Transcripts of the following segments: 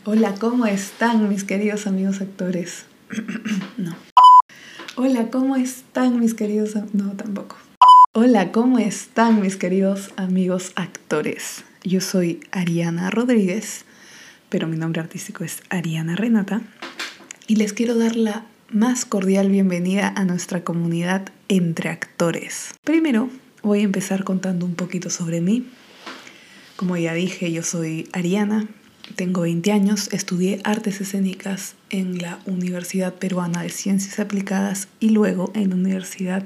Hola, ¿cómo están mis queridos amigos actores? No. Hola, ¿cómo están mis queridos... No, tampoco. Hola, ¿cómo están mis queridos amigos actores? Yo soy Ariana Rodríguez, pero mi nombre artístico es Ariana Renata. Y les quiero dar la más cordial bienvenida a nuestra comunidad Entre Actores. Primero, voy a empezar contando un poquito sobre mí. Como ya dije, yo soy Ariana. Tengo 20 años, estudié artes escénicas en la Universidad Peruana de Ciencias Aplicadas y luego en la Universidad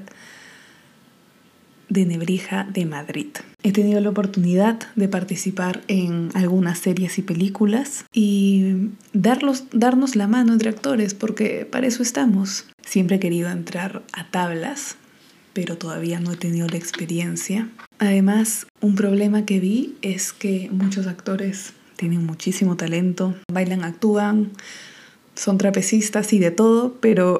de Nebrija de Madrid. He tenido la oportunidad de participar en algunas series y películas y darnos la mano entre actores, porque para eso estamos. Siempre he querido entrar a tablas, pero todavía no he tenido la experiencia. Además, un problema que vi es que muchos actores tienen muchísimo talento, bailan, actúan, son trapecistas y de todo, pero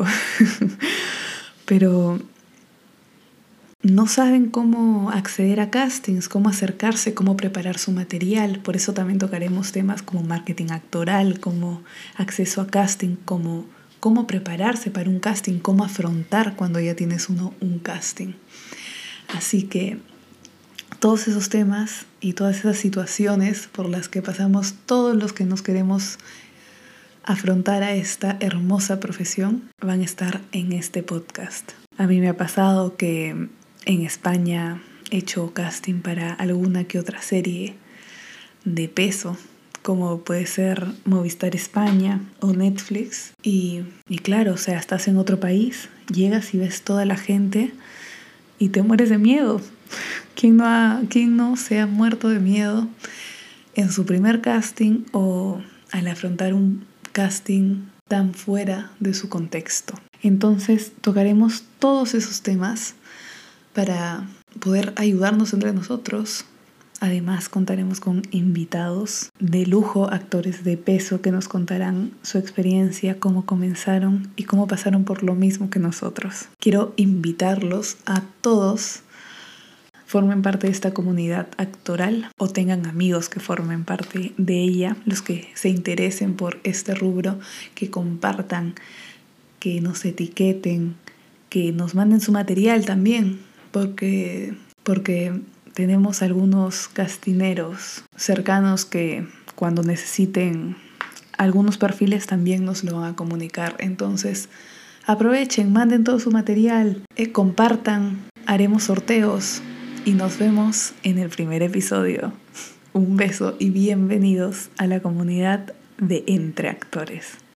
no saben cómo acceder a castings, cómo acercarse, cómo preparar su material. Por eso también tocaremos temas como marketing actoral, como acceso a casting, como cómo prepararse para un casting, cómo afrontar cuando ya tienes un casting. Así que todos esos temas y todas esas situaciones por las que pasamos todos los que nos queremos afrontar a esta hermosa profesión van a estar en este podcast. A mí me ha pasado que en España he hecho casting para alguna que otra serie de peso, como puede ser Movistar España o Netflix. Y claro, o sea, estás en otro país, llegas y ves toda la gente y te mueres de miedo. ¿Quién no se ha muerto de miedo en su primer casting o al afrontar un casting tan fuera de su contexto? Entonces tocaremos todos esos temas para poder ayudarnos entre nosotros. Además contaremos con invitados de lujo, actores de peso que nos contarán su experiencia, cómo comenzaron y cómo pasaron por lo mismo que nosotros. Quiero invitarlos a todos formen parte de esta comunidad actoral o tengan amigos que formen parte de ella, los que se interesen por este rubro, que compartan, que nos etiqueten, que nos manden su material también, porque tenemos algunos castineros cercanos que cuando necesiten algunos perfiles también nos lo van a comunicar. Entonces aprovechen, manden todo su material, compartan, haremos sorteos. Y nos vemos en el primer episodio. Un beso y bienvenidos a la comunidad de Entre Actores.